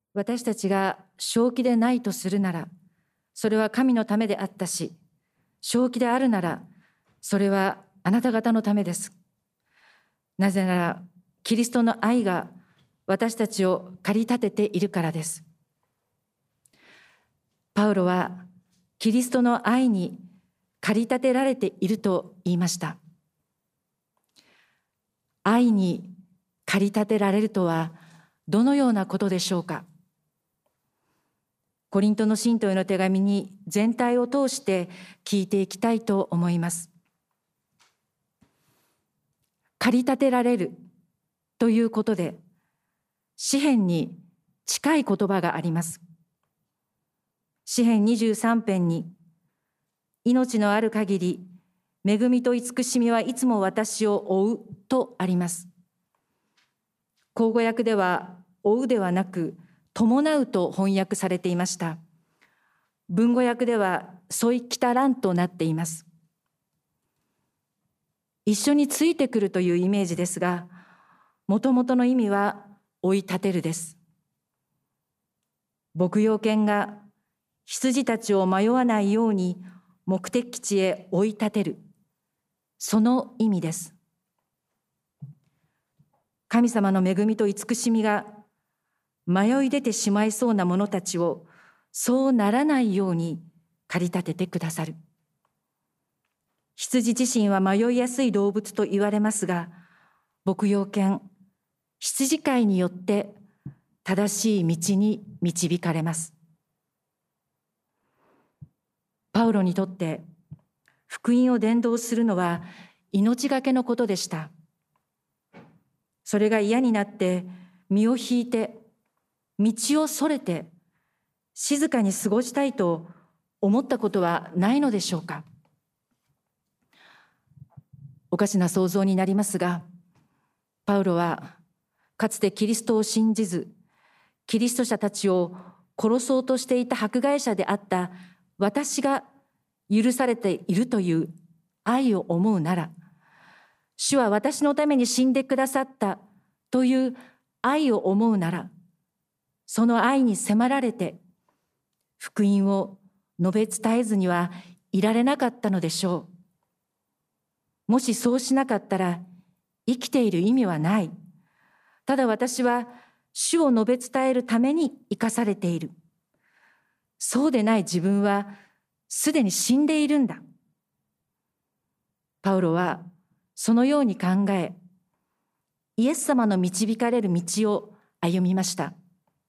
私たちが正気でないとするなら、それは神のためであったし、正気であるなら、それはあなた方のためです。なぜなら、キリストの愛が私たちを駆り立てているからです。パウロはキリストの愛に駆り立てられていると言いました。愛に駆り立てられるとはどのようなことでしょうか。コリントの信徒への手紙に全体を通して聞いていきたいと思います。駆り立てられるということで、詩編に近い言葉があります。詩編23編に、命のある限り、恵みと慈しみはいつも私を追うとあります。口語訳では、追うではなく、伴うと翻訳されていました。文語訳では、添い来たらんとなっています。一緒についてくるというイメージですが、もともとの意味は追い立てるです。牧羊犬が羊たちを迷わないように目的地へ追い立てる、その意味です。神様の恵みと慈しみが迷い出てしまいそうな者たちをそうならないように駆り立ててくださる。羊自身は迷いやすい動物と言われますが、牧羊犬、羊飼いによって正しい道に導かれます。パウロにとって福音を伝道するのは命がけのことでした。それが嫌になって身を引いて道をそれて静かに過ごしたいと思ったことはないのでしょうか。おかしな想像になりますが、パウロはかつてキリストを信じず、キリスト者たちを殺そうとしていた迫害者であった私が許されているという愛を思うなら、主は私のために死んでくださったという愛を思うなら、その愛に迫られて福音を述べ伝えずにはいられなかったのでしょう。もしそうしなかったら生きている意味はない。ただ私は主を述べ伝えるために生かされている。そうでない自分はすでに死んでいるんだ。パウロはそのように考え、イエス様の導かれる道を歩みました。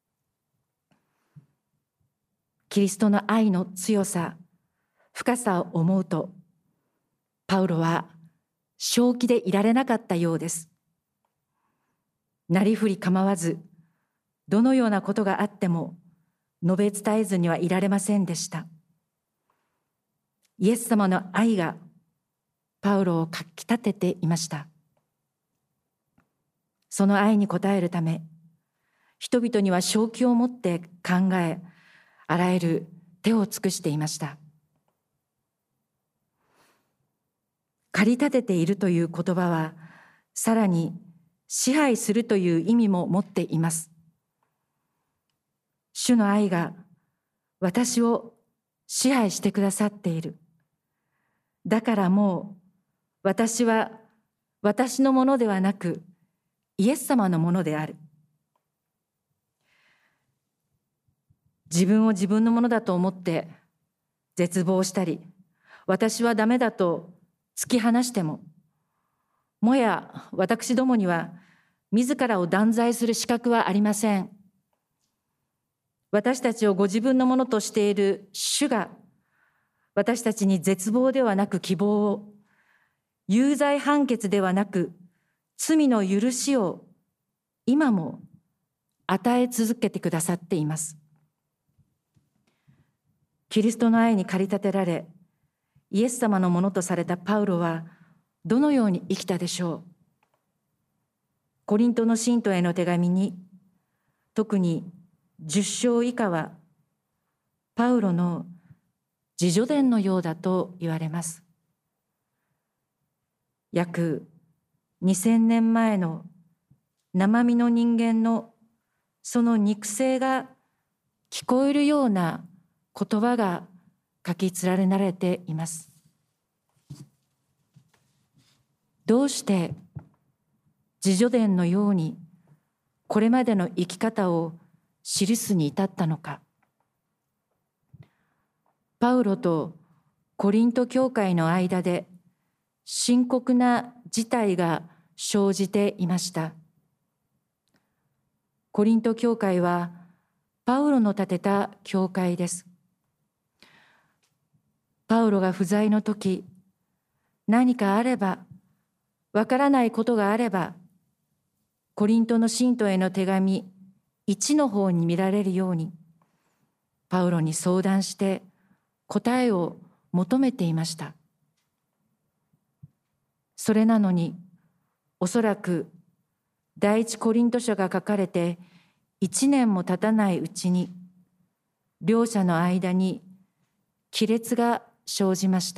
キリストの愛の強さ、深さを思うと、パウロは正気でいられなかったようです。なりふり構わず、どのようなことがあっても述べ伝えずにはいられませんでした。イエス様の愛がパウロをかき立てていました。その愛に応えるため、人々には正気を持って考え、あらゆる手を尽くしていました。駆り立てているという言葉は、さらに支配するという意味も持っています。主の愛が私を支配してくださっている。だからもう私は私のものではなくイエス様のものである。自分を自分のものだと思って絶望したり、私はダメだと突き放しても、もや私どもには自らを断罪する資格はありません。私たちをご自分のものとしている主が、私たちに絶望ではなく希望を、有罪判決ではなく罪の許しを今も与え続けてくださっています。キリストの愛に駆り立てられ、イエス様のものとされたパウロはどのように生きたでしょう。コリントの信徒への手紙に、特に10章以下はパウロの自叙伝のようだと言われます。約2000年前の生身の人間のその肉声が聞こえるような言葉が書き連ねられています。どうして自叙伝のようにこれまでの生き方を記すに至ったのか。パウロとコリント教会の間で深刻な事態が生じていました。コリント教会はパウロの建てた教会です。パウロが不在の時、何かあれば、わからないことがあれば、コリントの信徒への手紙1の方に見られるように、パウロに相談して答えを求めていました。それなのに、おそらく第一コリント書が書かれて1年も経たないうちに、両者の間に亀裂が生じました。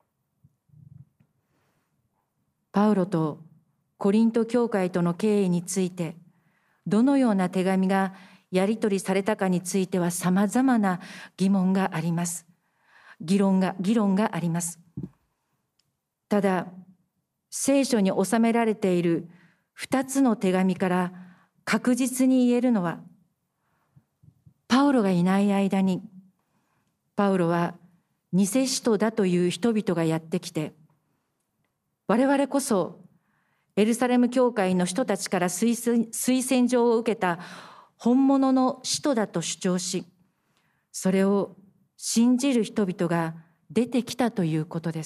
パウロとコリント教会との経緯について、どのような手紙がやり取りされたかについてはさまざまな疑問があります。議論があります。ただ、聖書に収められている2つの手紙から確実に言えるのは、パウロがいない間に、パウロは偽使徒だという人々がやってきて、我々こそエルサレム教会の人たちから推薦状を受けた本物の使徒だと主張し、それを信じる人々が出てきたということです。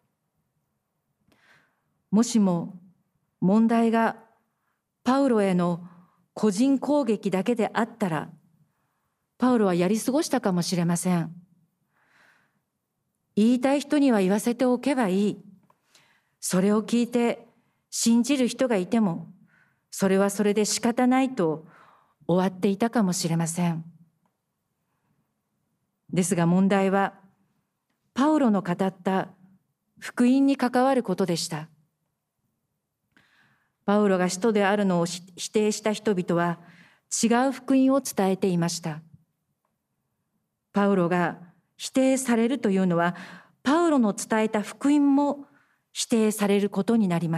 もしも問題がパウロへの個人攻撃だけであったら、パウロはやり過ごしたかもしれません。言いたい人には言わせておけばいい。それを聞いて信じる人がいても、それはそれで仕方ないと終わっていたかもしれません。ですが問題は、パウロの語った福音に関わることでした。パウロが使徒であるのを否定した人々は違う福音を伝えていました。パウロが否定されるというのは、パウロの伝えた福音も否定されることになります。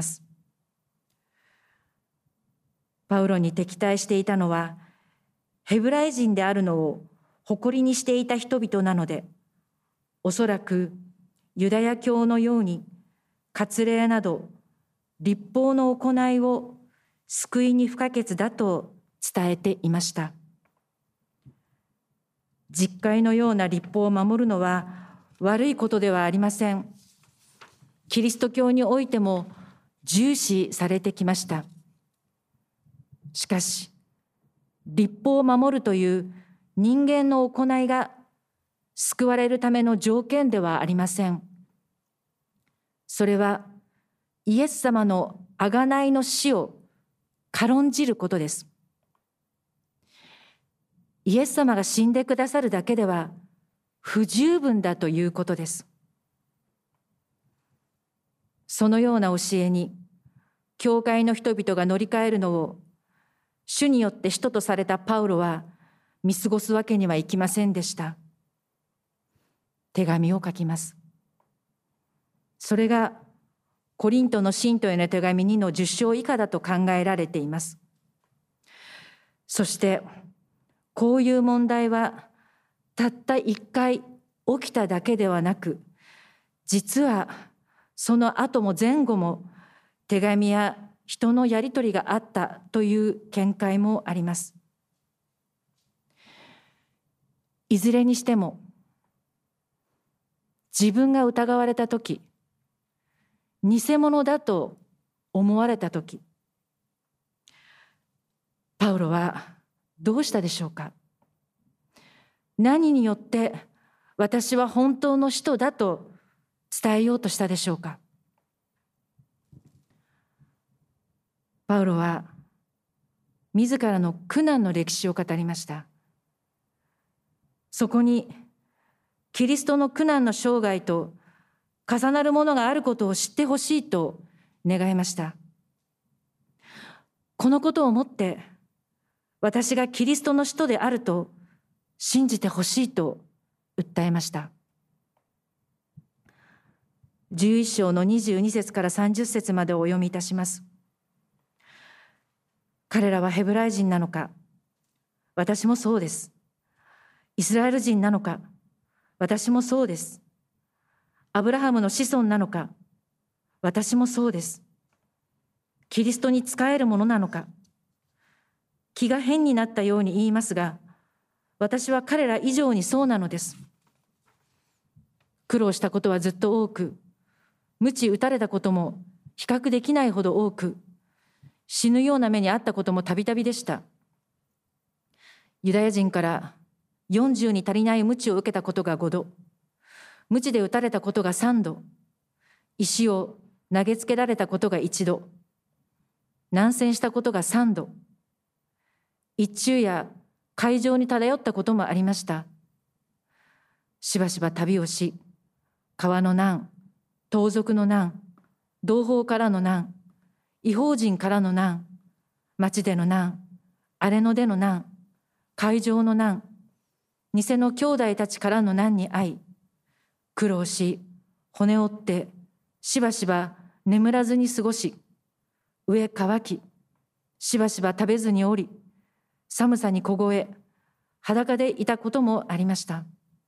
パウロに敵対していたのは、ヘブライ人であるのを誇りにしていた人々なので、おそらくユダヤ教のように割礼など律法の行いを救いに不可欠だと伝えていました。実戒のような律法を守るのは悪いことではありません。キリスト教においても重視されてきました。しかし、律法を守るという人間の行いが救われるための条件ではありません。それはイエス様の贖いの死を軽んじることです。イエス様が死んでくださるだけでは不十分だということです。そのような教えに教会の人々が乗り換えるのを主によって使徒とされたパウロは見過ごすわけにはいきませんでした。手紙を書きます。それがコリントの信徒への手紙2の10章以下だと考えられています。そしてこういう問題はたった一回起きただけではなく、実はその後も前後も手紙や人のやり取りがあったという見解もあります。いずれにしても、自分が疑われたとき、偽物だと思われたとき、パウロはどうしたでしょうか。何によって私は本当の使徒だと伝えようとしたでしょうか。パウロは自らの苦難の歴史を語りました。そこにキリストの苦難の生涯と重なるものがあることを知ってほしいと願いました。このことをもって私がキリストの使徒であると信じてほしいと訴えました。11章の22節から30節までお読みいたします。彼らはヘブライ人なのか、私もそうです。イスラエル人なのか、私もそうです。アブラハムの子孫なのか、私もそうです。キリストに仕えるものなのか、気が変になったように言いますが、私は彼ら以上にそうなのです。苦労したことはずっと多く、鞭打たれたことも比較できないほど多く、死ぬような目にあったこともたびたびでした。ユダヤ人から40に足りない鞭を受けたことが5度、鞭で打たれたことが3度、石を投げつけられたことが1度、難戦したことが3度、一昼夜海上に漂ったこともありました。しばしば旅をし、川の難、盗賊の難、同胞からの難、異邦人からの難、町での難、荒れ野での難、海上の難、偽の兄弟たちからの難に遭い、苦労し、骨折って、しばしば眠らずに過ごし、上乾き、しばしば食べずにおり、寒さに凍え、裸でいたこともありました。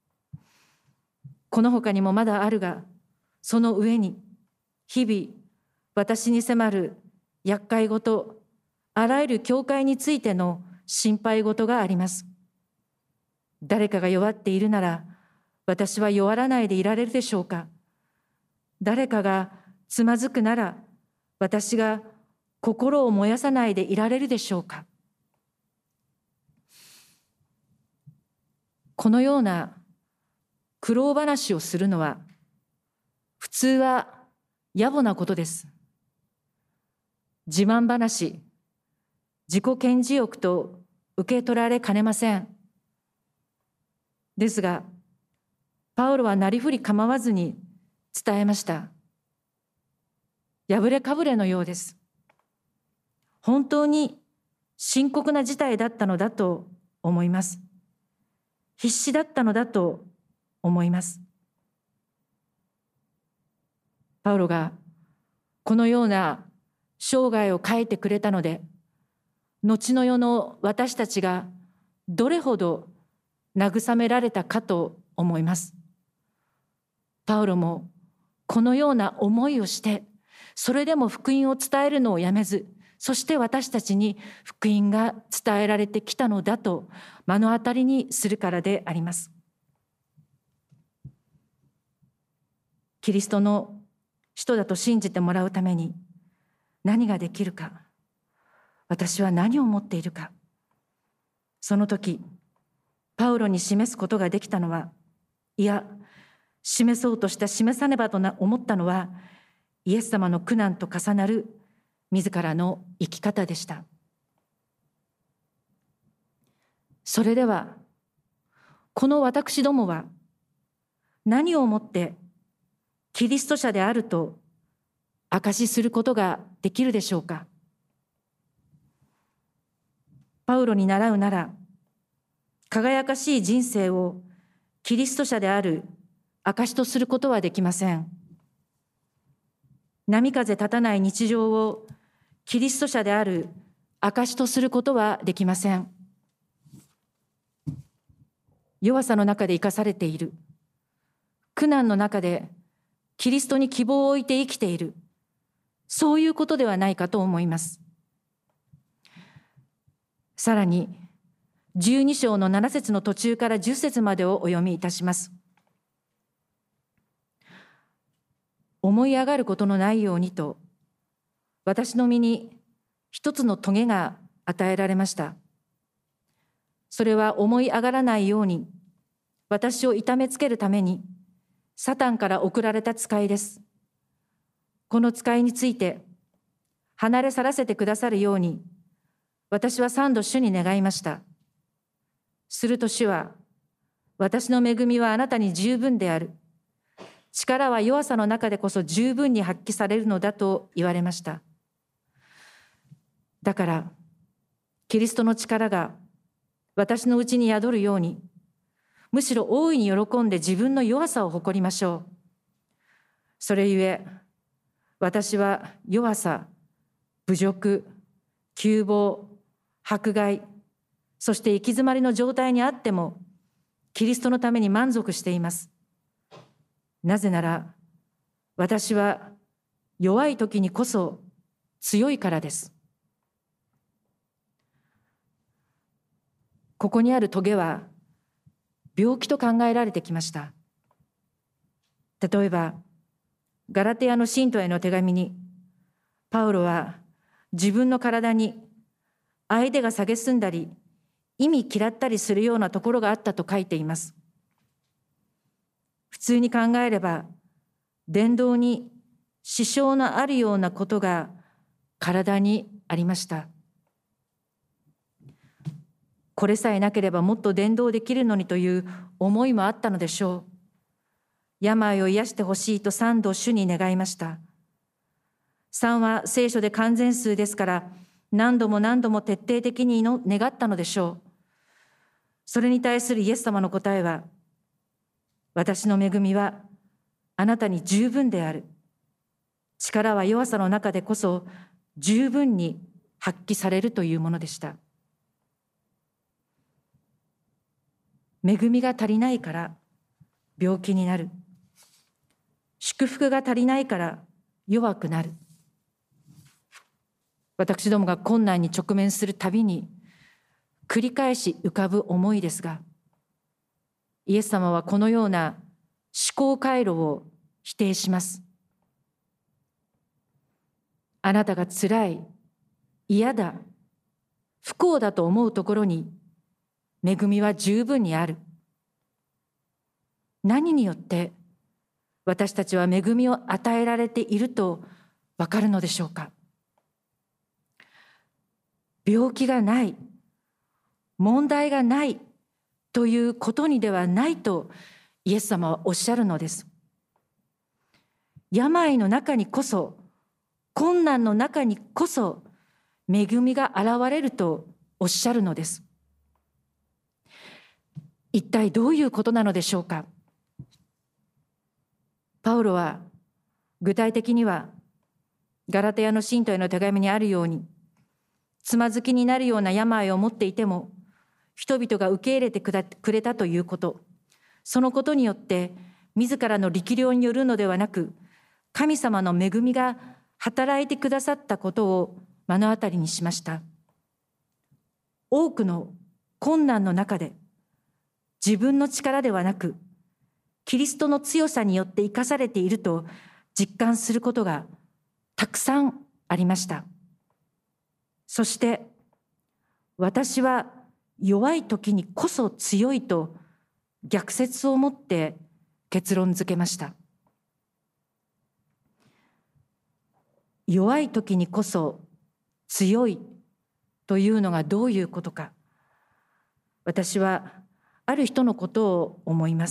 この他にもまだあるが、その上に、日々、私に迫る厄介事、あらゆる教会についての心配事があります。誰かが弱っているなら、私は弱らないでいられるでしょうか。誰かがつまずくなら、私が心を燃やさないでいられるでしょうか。このような苦労話をするのは、普通は野暮なことです。自慢話、自己顕示欲と受け取られかねません。ですが、パウロはなりふり構わずに伝えました。破れかぶれのようです。本当に深刻な事態だったのだと思います。必死だったのだと思います。パウロがこのような生涯を書いてくれたので、後の世の私たちがどれほど慰められたかと思います。パウロもこのような思いをして、それでも福音を伝えるのをやめず、そして私たちに福音が伝えられてきたのだと目の当たりにするからであります。キリストの使徒だと信じてもらうために何ができるか、私は何を持っているか、その時パウロに示すことができたのは、いや、示そうとした示さねばと思ったのは、イエス様の苦難と重なる自らの生き方でした。それでは、この私どもは何をもってキリスト者であると証しすることができるでしょうか。パウロに倣うなら、輝かしい人生をキリスト者である証とすることはできません。波風立たない日常をキリスト者である証とすることはできません。弱さの中で生かされている。苦難の中でキリストに希望を置いて生きている。そういうことではないかと思います。さらに、12章の7節の途中から10節までをお読みいたします。思い上がることのないようにと、私の身に一つの棘が与えられました。それは思い上がらないように、私を痛めつけるために、サタンから送られた使いです。この使いについて、離れ去らせてくださるように、私は3度主に願いました。すると主は、私の恵みはあなたに十分である。力は弱さの中でこそ十分に発揮されるのだと言われました。だから、 キリストの力が私のうちに宿るように、むしろ大いに喜んで自分の弱さを誇りましょう。それゆえ、私は弱さ、侮辱、窮乏、迫害、そして行き詰まりの状態にあっても、キリストのために満足しています。なぜなら、私は弱い時にこそ強いからです。ここにある棘は病気と考えられてきました。例えば、ガラテヤの信徒への手紙に、パウロは自分の体に相手が蔑んだり、意味嫌ったりするようなところがあったと書いています。普通に考えれば、伝道に支障のあるようなことが体にありました。これさえなければもっと伝道できるのにという思いもあったのでしょう。病を癒してほしいと3度主に願いました。3は聖書で完全数ですから、何度も何度も徹底的に願ったのでしょう。それに対するイエス様の答えは、私の恵みはあなたに十分である。力は弱さの中でこそ十分に発揮されるというものでした。恵みが足りないから病気になる。祝福が足りないから弱くなる。私どもが困難に直面するたびに繰り返し浮かぶ思いですが、イエス様はこのような思考回路を否定します。あなたがつらい、嫌だ、不幸だと思うところに恵みは十分にある。何によって私たちは恵みを与えられているとわかるのでしょうか。病気がない、問題がないということにではないとイエス様はおっしゃるのです。病の中にこそ、困難の中にこそ恵みが現れるとおっしゃるのです。一体どういうことなのでしょうか。パウロは具体的にはガラテヤの信徒への手紙にあるように、つまずきになるような病を持っていても人々が受け入れてくれたということ、そのことによって自らの力量によるのではなく、神様の恵みが働いてくださったことを目の当たりにしました。多くの困難の中で自分の力ではなく、キリストの強さによって生かされていると実感することがたくさんありました。そして私は弱い時にこそ強いと逆説を持って結論付けました。弱い時にこそ強いというのがどういうことか、私はある人のことを思います。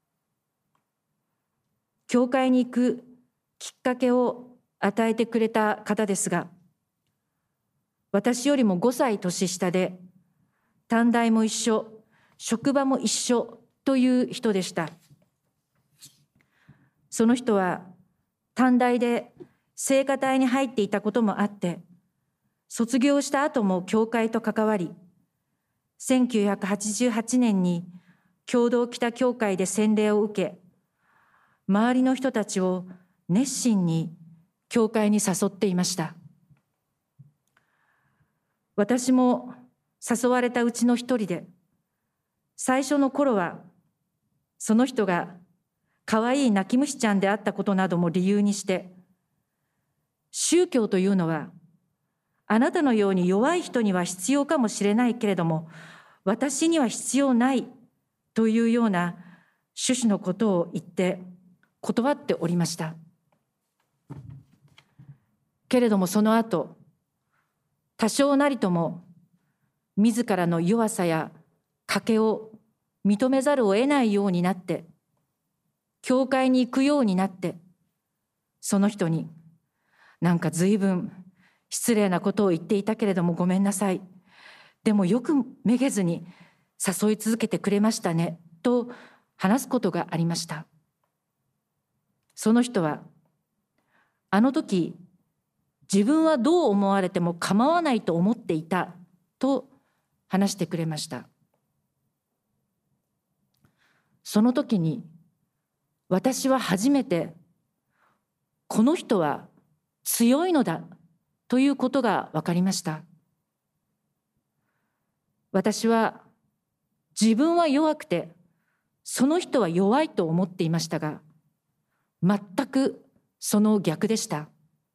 教会に行くきっかけを与えてくれた方ですが、私よりも5歳年下で、短大も一緒、職場も一緒という人でした。その人は短大で聖歌隊に入っていたこともあって、卒業した後も教会と関わり、1988年に共同北教会で洗礼を受け、周りの人たちを熱心に教会に誘っていました。私も誘われたうちの一人で、最初の頃はその人が可愛い泣き虫ちゃんであったことなども理由にして、宗教というのはあなたのように弱い人には必要かもしれないけれども、私には必要ないというような趣旨のことを言って断っておりました。けれどもその後、多少なりとも自らの弱さや賭けを認めざるを得ないようになって、教会に行くようになって、その人になんか随分失礼なことを言っていたけれどもごめんなさい。 でもよくめげずに誘い続けてくれましたねと話すことがありました。その人は、あの時自分はどう思われても構わないと思っていたと話してくれました。その時に私は初めて、この人は強いのだということが分かりました。私は自分は弱くてその人は弱いと思っていましたが、全くその逆でした。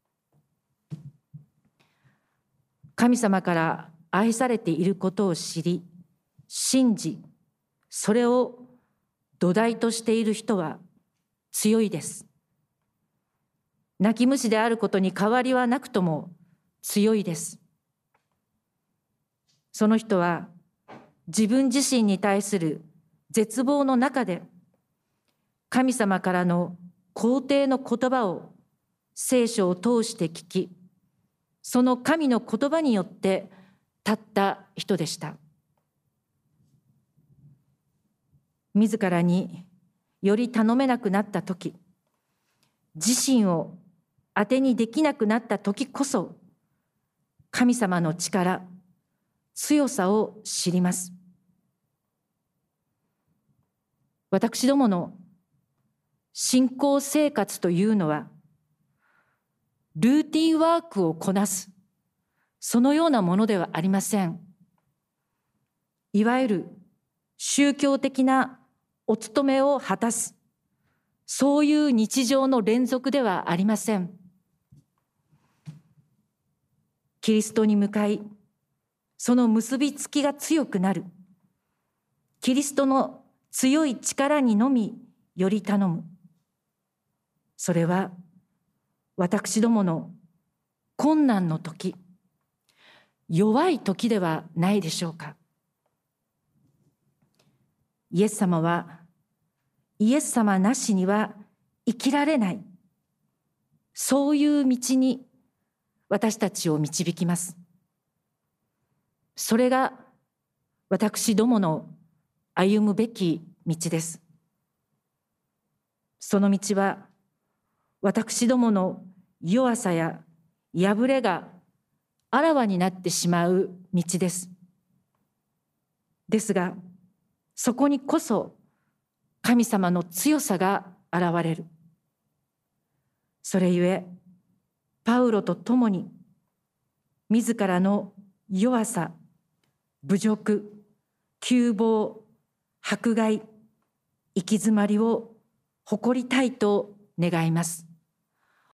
神様から愛されていることを知り、信じ、それを土台としている人は強いです。泣き虫であることに変わりはなくとも強いです。その人は自分自身に対する絶望の中で、神様からの肯定の言葉を聖書を通して聞き、その神の言葉によって立った人でした。自らにより頼めなくなった時、自身を当てにできなくなった時こそ、神様の力、強さを知ります。私どもの信仰生活というのは、ルーティンワークをこなす、そのようなものではありません。いわゆる宗教的なお務めを果たす、そういう日常の連続ではありません。キリストに向かい、その結びつきが強くなる。キリストの強い力にのみより頼む。それは私どもの困難の時、弱い時ではないでしょうか。イエス様は、イエス様なしには生きられない、そういう道に私たちを導きます。それが私どもの歩むべき道です。その道は私どもの弱さや破れがあらわになってしまう道です。ですが、そこにこそ神様の強さが現れる。それゆえ、パウロと共に自らの弱さ、侮辱、窮乏、迫害、行き詰まりを誇りたいと願います。